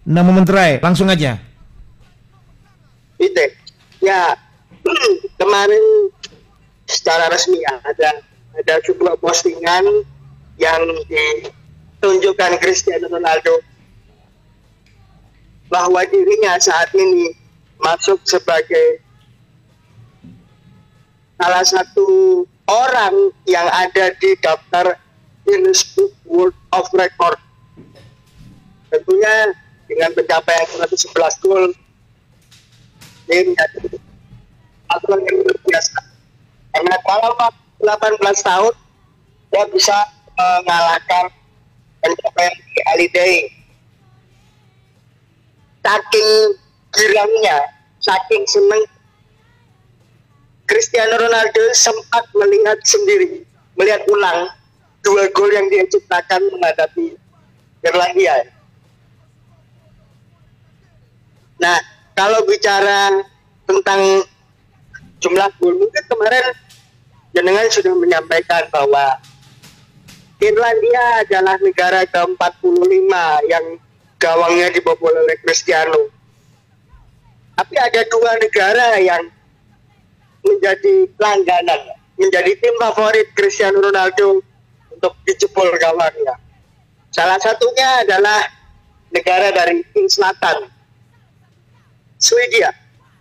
Nama Menteri, langsung aja. Itu ya kemarin secara resmi ada sebuah postingan yang ditunjukkan Cristiano Ronaldo bahwa dirinya saat ini masuk sebagai salah satu orang yang ada di daftar Guinness Book World of Record. Tentunya dengan pencapaian 111 gol, ini menjadi aturan yang luar biasa. Karena kalau 18 tahun dia bisa mengalahkan pencapaian di Holiday. Saking girangnya, saking senang, Cristiano Ronaldo sempat melihat ulang 2 gol yang dia ciptakan menghadapi Irlandia. Nah, kalau bicara tentang jumlah gol, mungkin kemarin jenengan sudah menyampaikan bahwa Irlandia adalah negara ke-45 yang gawangnya dibobol oleh Cristiano. Tapi ada 2 negara yang menjadi langganan, menjadi tim favorit Cristiano Ronaldo untuk dijebol gawangnya. Salah satunya adalah negara dari tim selatan, Swedia.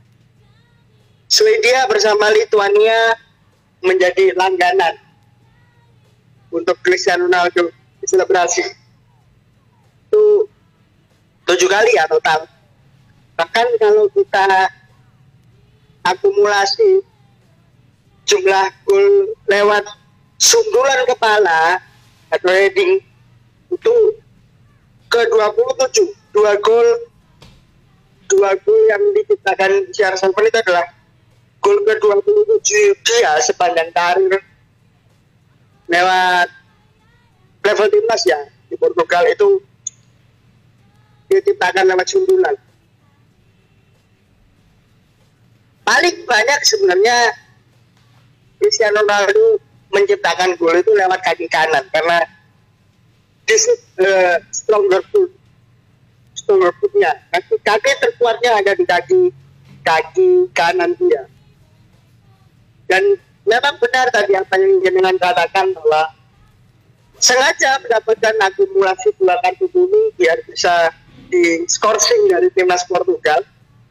Swedia bersama Lituania menjadi langganan untuk Cristiano Ronaldo diselebrasi. Itu 7 kali ya total. Bahkan kalau kita akumulasi jumlah gol lewat sundulan kepala atau heading itu ke 27. 2 gol yang diciptakan CR7 itu adalah gol ke-27 dia sepanjang karir lewat level timnas ya di Portugal, itu diciptakan lewat sundulan. Paling banyak sebenarnya Cristiano Ronaldo menciptakan gol itu lewat kaki kanan, karena this is stronger footnya. Kaki terkuatnya ada di kaki kanan dia. Dan memang benar tadi apa yang jenengan katakan bahwa sengaja mendapatkan akumulasi 2 kartu kuning biar bisa di scoring dari timnas Portugal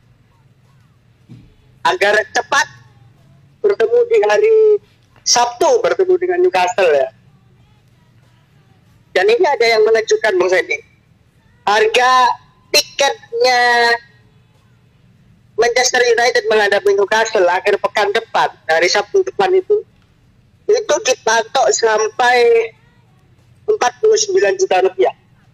agar cepat bertemu di hari Sabtu, bertemu dengan Newcastle ya. Dan ini ada yang menunjukkan Bung Sandy, harga tiketnya Manchester United menghadapi Newcastle akhir pekan depan, dari Sabtu depan itu dipatok sampai 49 juta rupiah.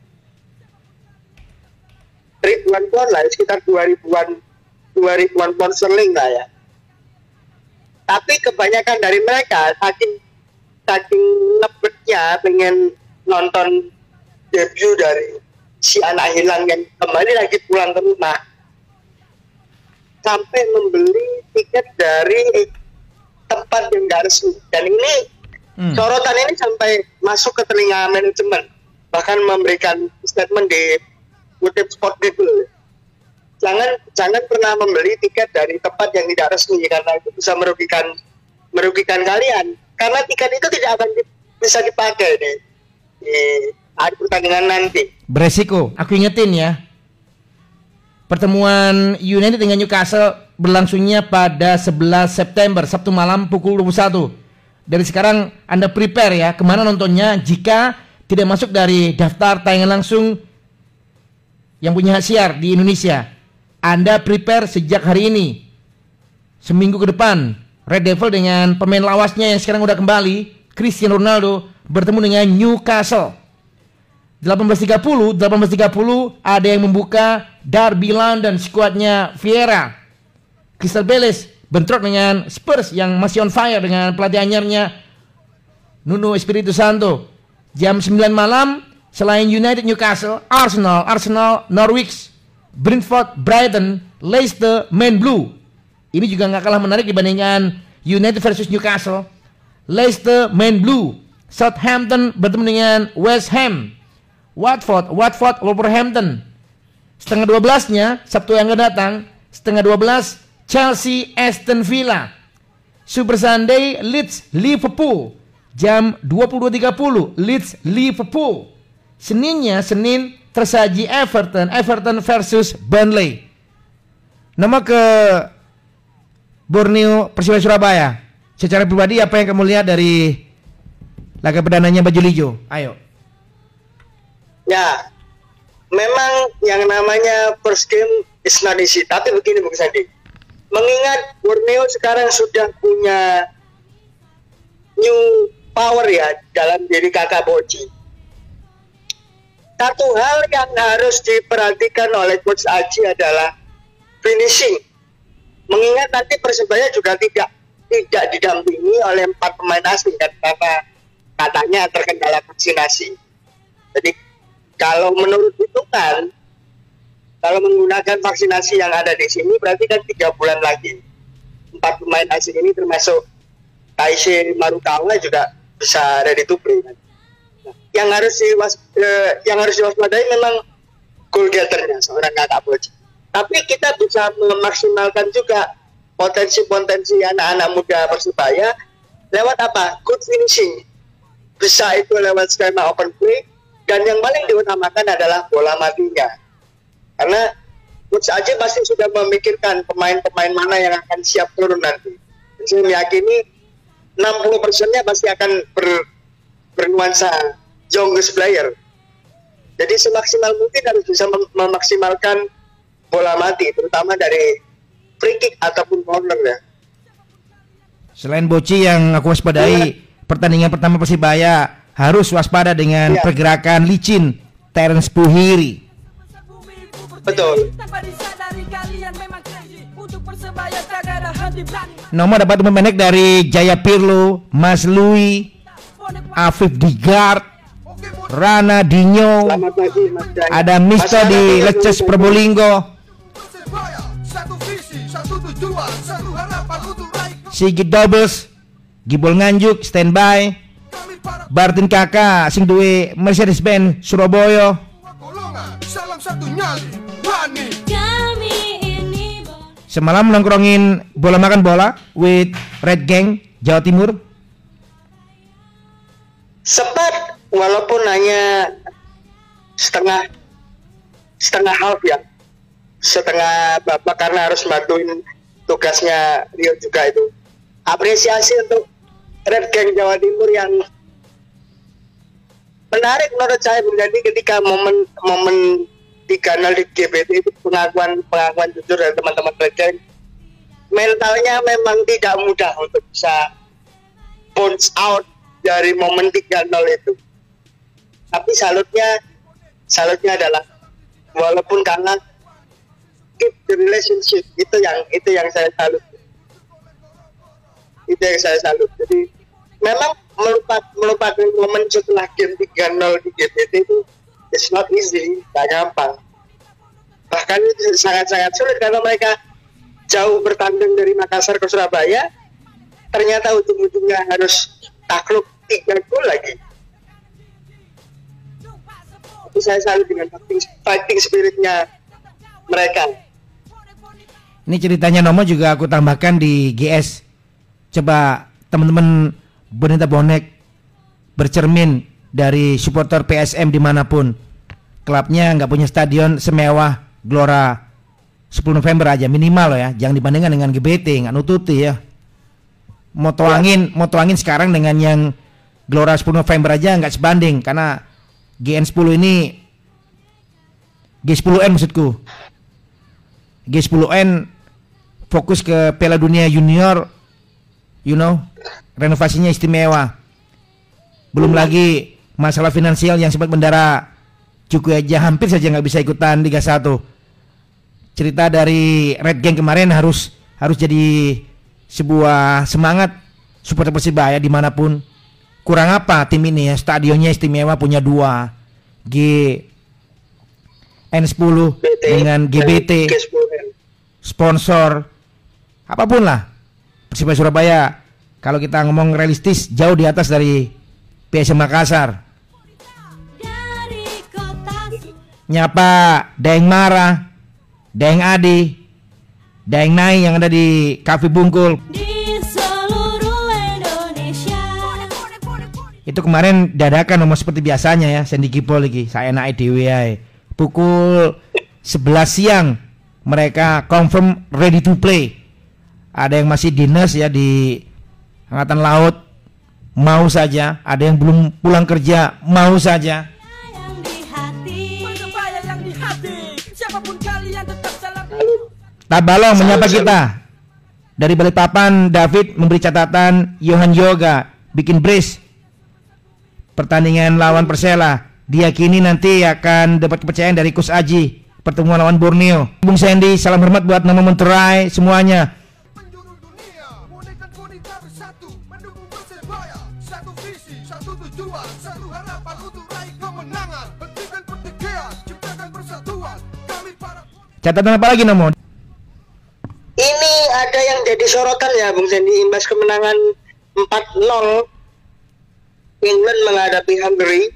Ribuan pound lah, sekitar 2 ribuan pound sterling lah ya. Tapi kebanyakan dari mereka saking lebetnya pengen nonton debut dari si anak hilang yang kembali lagi pulang ke rumah, sampai membeli tiket dari tempat yang gak resmi. Dan ini sorotan ini sampai masuk ke telinga manajemen, bahkan memberikan statement di kutip Sport People, jangan pernah membeli tiket dari tempat yang tidak resmi, karena itu bisa merugikan kalian, karena tiket itu tidak akan bisa dipakai di hari pertandingan nanti. Beresiko. Aku ingetin ya, pertemuan United dengan Newcastle berlangsungnya pada 11 September, Sabtu malam pukul 21. Dari sekarang Anda prepare ya, kemana nontonnya. Jika tidak masuk dari daftar tayangan langsung yang punya hak siar di Indonesia, Anda prepare sejak hari ini. Seminggu ke depan, Red Devil dengan pemain lawasnya yang sekarang udah kembali, Cristiano Ronaldo, bertemu dengan Newcastle. 18.30 ada yang membuka Derby London, skuadnya Vieira. Crystal Palace bentrok dengan Spurs yang masih on fire dengan pelatih anyarnya Nuno Espirito Santo. Jam 9 malam, selain United Newcastle, Arsenal Norwich, Brentford Brighton, Leicester Man Blue. Ini juga nggak kalah menarik dibandingkan United versus Newcastle. Leicester Man Blue. Southampton bertemu dengan West Ham. Watford Wolverhampton. setengah 12-nya Sabtu yang akan datang, setengah 12 Chelsea Aston Villa. Super Sunday Leeds Liverpool jam 22.30, Leeds Liverpool. Senin tersaji Everton versus Burnley. Nama ke Borneo Persibaya Surabaya. Secara pribadi apa yang kamu lihat dari laga perdananya baju hijau? Ayo. Ya, memang yang namanya first game is not easy. Tapi begini Bung Sandi, mengingat Borneo sekarang sudah punya new power ya dalam diri Kakak Boci. Satu hal yang harus diperhatikan oleh Coach Aji adalah finishing. Mengingat nanti Persebaya juga tidak didampingi oleh 4 pemain asing kan, karena katanya terkendala vaksinasi. Jadi kalau menurut hitungan, kalau menggunakan vaksinasi yang ada di sini berarti kan 3 bulan lagi 4 pemain asing ini termasuk Taisei Marukawa juga bisa ready to play. Nah, yang harus diwaspadai memang goal getternya seorang Kakak Boci. Tapi kita bisa memaksimalkan juga potensi-potensi anak-anak muda Persebaya lewat apa? Good finishing. Bisa itu lewat skema open play, dan yang paling diutamakan adalah bola matinya. Karena Coach Aji pasti sudah memikirkan pemain-pemain mana yang akan siap turun nanti. Saya meyakini 60%-nya pasti akan bernuansa youngest player. Jadi semaksimal mungkin harus bisa memaksimalkan bola mati, terutama dari free kick ataupun corner ya. Selain Boci yang aku waspadai, pertandingan pertama Persibaya harus waspada dengan pergerakan licin Terence Puhiri. Betul. Nomor dapat memendek dari Jaya Pirlo, Mas Louis, Afif Digard, Rana Dinyo, ada Misto di Leces Probolinggo, Sigit Doubles, Gibol Nganjuk standby, Bartin Kakak sing duwe Mercedes-Benz Surabaya. Semalam nongkrongin bola makan bola with Red Gang Jawa Timur. Sempat walaupun hanya setengah half ya, setengah babak karena harus bantuin tugasnya Rio juga itu. Apresiasi untuk Red Gang Jawa Timur yang menarik menurut saya menjadi ketika momen 3-0 di GBT itu pengakuan jujur dari teman-teman Red Gang. Mentalnya memang tidak mudah untuk bisa bounce out dari momen 3-0 itu. Tapi salutnya adalah walaupun kalah, keep the relationship, itu yang saya salut. Itu yang saya salut. Jadi memang melupakan momen setelah game 3-0 di GBT itu it's not easy, tak gampang. Bahkan itu sangat-sangat sulit karena mereka jauh bertanding dari Makassar ke Surabaya, ternyata ujung-ujungnya harus takluk 3 gol lagi. Tapi saya salut dengan fighting spiritnya mereka. Ini ceritanya Nomo juga aku tambahkan di GS. Coba teman-teman Bonita Bonek bercermin dari supporter PSM dimanapun. Klubnya nggak punya stadion semewah Gelora 10 November aja minimal loh ya. Jangan dibandingkan dengan GBT, nggak nututi ya. Moto angin sekarang dengan yang Gelora 10 November aja nggak sebanding karena GN10 ini G10N maksudku. G10N fokus ke Piala Dunia Junior, renovasinya istimewa. Belum lagi masalah finansial yang sempat mendara Cukuy aja hampir saja nggak bisa ikutan Liga 1. Cerita dari Red Gang kemarin harus jadi sebuah semangat supporter Persibaya dimanapun. Kurang apa tim ini ya, stadionnya istimewa, punya 2 GN10 dengan GBT, sponsor apapun lah. Persibaya Surabaya kalau kita ngomong realistis jauh di atas dari PSM Makassar. nyapa Daeng Mara, Daeng Adi, Daeng Nai yang ada di Cafe Bungkul. Di seluruh Indonesia. Itu kemarin dadakan nomor seperti biasanya ya, Sandy Kipol lagi. Saya naik dewe ae. Pukul 11 siang mereka confirm ready to play. Ada yang masih dinas ya di Angkatan Laut, mau saja. Ada yang belum pulang kerja, mau saja. Yang di hati. Persebaya yang di hati, siapapun kalian tetap salam. Tabalong menyapa kita. Dari Balikpapan, David memberi catatan Johan Yoga bikin brace pertandingan lawan Persela. Diyakini nanti akan dapat kepercayaan dari Coach Aji pertemuan lawan Borneo. Bung Sandy, salam hormat buat nama Monterai semuanya. Penjuru dunia, boneka boneka bersatu, mendukung Persebaya, satu visi, satu tujuan, satu harapan untuk raih kemenangan, hentikan pertikaian, ciptakan persatuan, kami para. Catatan apa lagi Nomo? Ini ada yang jadi sorotan ya Bung Sandy, imbas kemenangan 4-0 England menghadapi Hungary.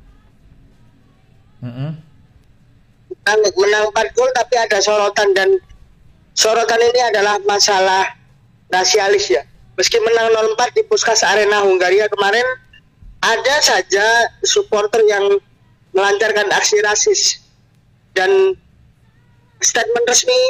Menang 4 gol tapi ada sorotan, dan sorotan ini adalah masalah rasialis ya. Meski menang 0-4 di Puskás Arena Hungaria kemarin, ada saja supporter yang melancarkan aksi rasis, dan statement resmi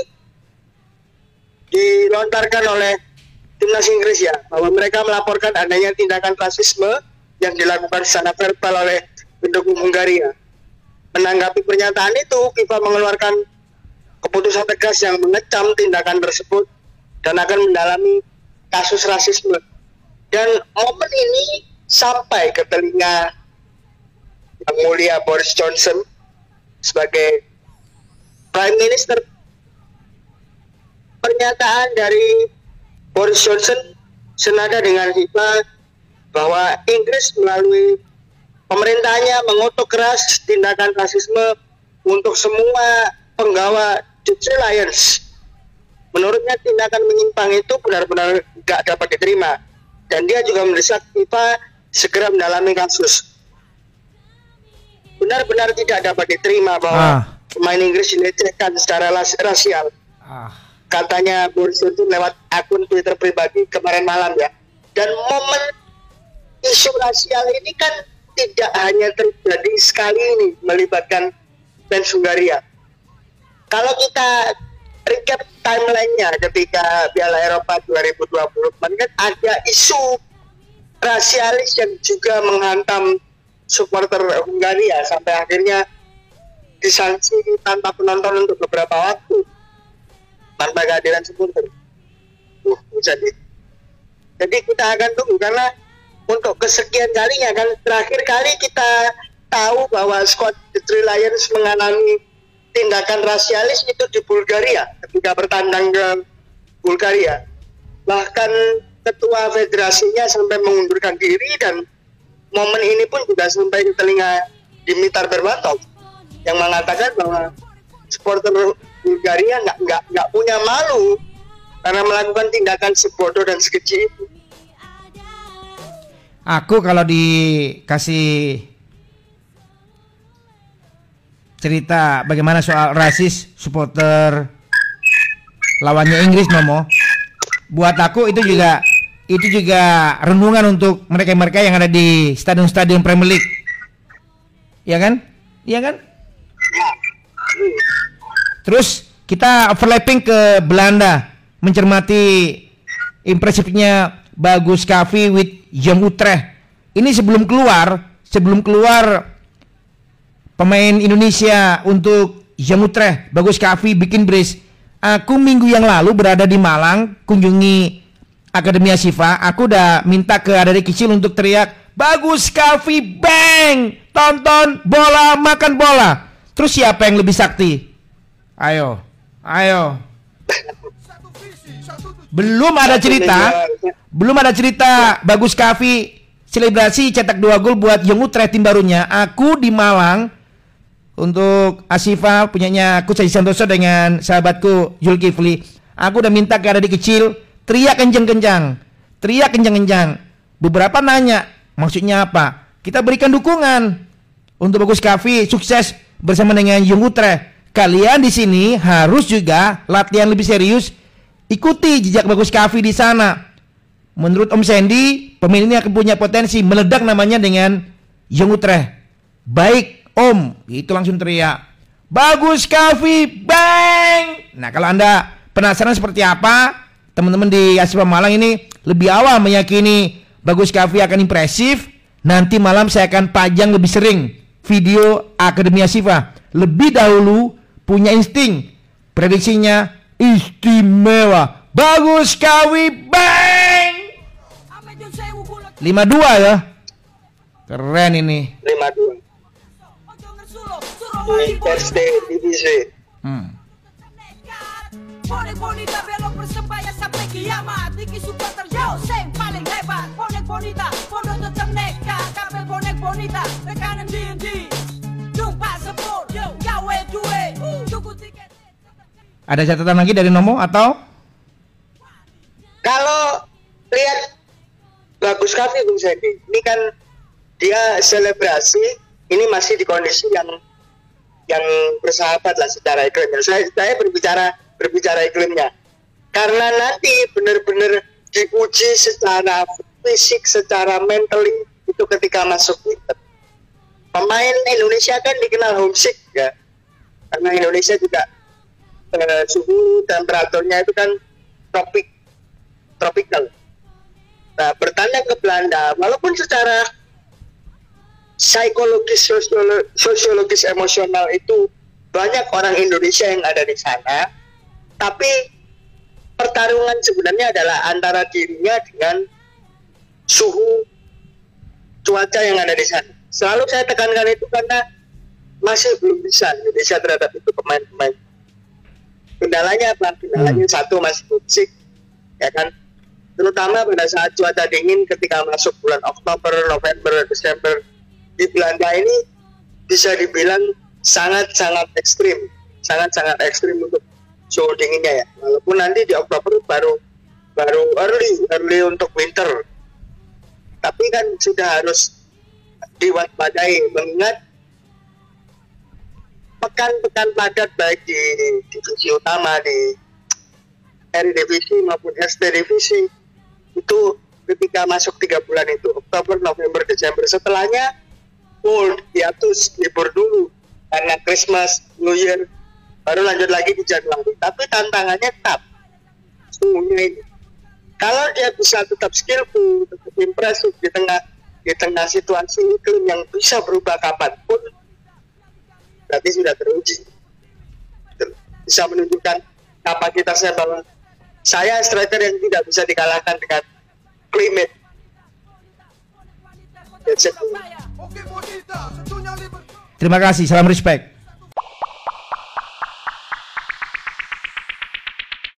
dilontarkan oleh timnas Inggris ya, bahwa mereka melaporkan adanya tindakan rasisme yang dilakukan secara verbal oleh pendukung Hungaria. Menanggapi pernyataan itu, FIFA mengeluarkan keputusan tegas yang mengecam tindakan tersebut dan akan mendalami kasus rasisme. Dan momen ini sampai ke telinga Yang Mulia Boris Johnson sebagai Prime Minister. Pernyataan dari Boris Johnson senada dengan FIFA bahwa Inggris melalui pemerintahnya mengutuk keras tindakan rasisme untuk semua penggawa The Three Lions. Menurutnya tindakan menyimpang itu benar-benar tidak dapat diterima, dan dia juga mendesak FIFA segera mendalami kasus. Benar-benar tidak dapat diterima bahwa pemain Inggris dilecehkan secara rasial. Katanya Boris Johnson lewat akun Twitter pribadi kemarin malam ya. Dan momen isu rasial ini kan tidak hanya terjadi sekali ini melibatkan fans Hungaria. Kalau kita recap timelinenya ketika Piala Eropa 2020 kemarin kan ada isu rasialis yang juga menghantam supporter Hungaria sampai akhirnya disanksi tanpa penonton untuk beberapa waktu tanpa kehadiran supporter. Jadi kita akan tunggu, karena untuk kesekian kalinya kan, terakhir kali kita tahu bahwa squad The Three Lions mengalami tindakan rasialis itu di Bulgaria ketika bertandang ke Bulgaria. Bahkan ketua federasinya sampai mengundurkan diri, dan momen ini pun juga sampai ke telinga Dimitar Berbatov yang mengatakan bahwa supporter Bulgaria nggak punya malu karena melakukan tindakan sebodoh dan sekeji itu. Aku kalau dikasih cerita bagaimana soal rasis supporter lawannya Inggris Nomo, buat aku itu juga renungan untuk mereka-mereka yang ada di stadion-stadion Premier League. Ya kan? Iya kan? Terus kita overlapping ke Belanda, mencermati impresifnya Bagus Kavi with Jong Utrecht. Ini sebelum keluar pemain Indonesia untuk Jong Utrecht, Bagus Kavi bikin brace. Aku minggu yang lalu berada di Malang, kunjungi Akademi Asifa. Aku udah minta ke adik kecil untuk teriak, Bagus Kavi bang, tonton bola, makan bola. Terus siapa yang lebih sakti? Ayo. Belum ada cerita Bagus Kavi selebrasi cetak 2 gol buat Jong Utrecht, tim barunya. Aku di Malang untuk Asifa punyanya Coach Haji Santoso dengan sahabatku Zulkifli. Aku udah minta ke adik kecil teriak kencang-kencang. Beberapa nanya maksudnya apa. Kita berikan dukungan untuk Bagus Kavi sukses bersama dengan Young Utrecht. Kalian di sini harus juga latihan lebih serius. Ikuti jejak Bagus Kavi di sana. Menurut Om Sandy, pemain ini akan punya potensi meledak namanya dengan Young Utrecht. Baik Om, itu langsung teriak. Bagus Kavi, bang! Nah, kalau Anda penasaran seperti apa, teman-teman di Asifa Malang ini lebih awal meyakini Bagus Kavi akan impresif. Nanti malam saya akan pajang lebih sering video Akademi Asifa. Lebih dahulu punya insting. Prediksinya istimewa. Bagus Kavi, bang! 5-2 ya. Keren ini. 5-2. Di First Divisi. Bonita belok persebaya sampai kiamat. Iki supporter yo sing paling hebat. Bonek bonita, bondo tetep nekat. Kabeh bonek bonita, rekanan D&D. Jumpa sepur, gawe duwe. Tuku tiket. Ada catatan lagi dari Nomo atau? Kalau lihat Bagus Kavi Bung Sandy, ini kan dia selebrasi, ini masih di kondisi yang bersahabat lah secara iklimnya. Saya berbicara iklimnya. Karena nanti benar-benar diuji secara fisik, secara mentally itu ketika masuk winter. Pemain Indonesia kan dikenal homesick ya. Karena Indonesia juga suhu temperaturnya itu kan tropical. Nah, bertandang ke Belanda, walaupun secara psikologis, sosiologis, emosional itu banyak orang Indonesia yang ada di sana, tapi pertarungan sebenarnya adalah antara dirinya dengan suhu cuaca yang ada di sana. Selalu saya tekankan itu karena masih belum bisa Indonesia terhadap itu pemain-pemain. Kendalanya apa? Kendalanya satu masih musik, ya kan? Terutama pada saat cuaca dingin ketika masuk bulan Oktober, November, Desember di Belanda ini bisa dibilang sangat-sangat ekstrim untuk suhu dinginnya ya. Walaupun nanti di Oktober baru early untuk winter, tapi kan sudah harus diwaspadai mengingat pekan-pekan padat baik di divisi utama, di Eredivisie maupun ST Divisi itu ketika masuk 3 bulan itu Oktober, November, Desember, setelahnya full hiatus, libur dulu karena Christmas, New Year, baru lanjut lagi di Januari. Tapi tantangannya tetap suhunya ini. Kalau dia bisa tetap skillful, tetap impresif di tengah situasi iklim yang bisa berubah kapanpun, berarti sudah teruji. Bisa menunjukkan kapasitasnya bahwa saya striker yang tidak bisa dikalahkan dengan climate. Terima kasih, salam respect.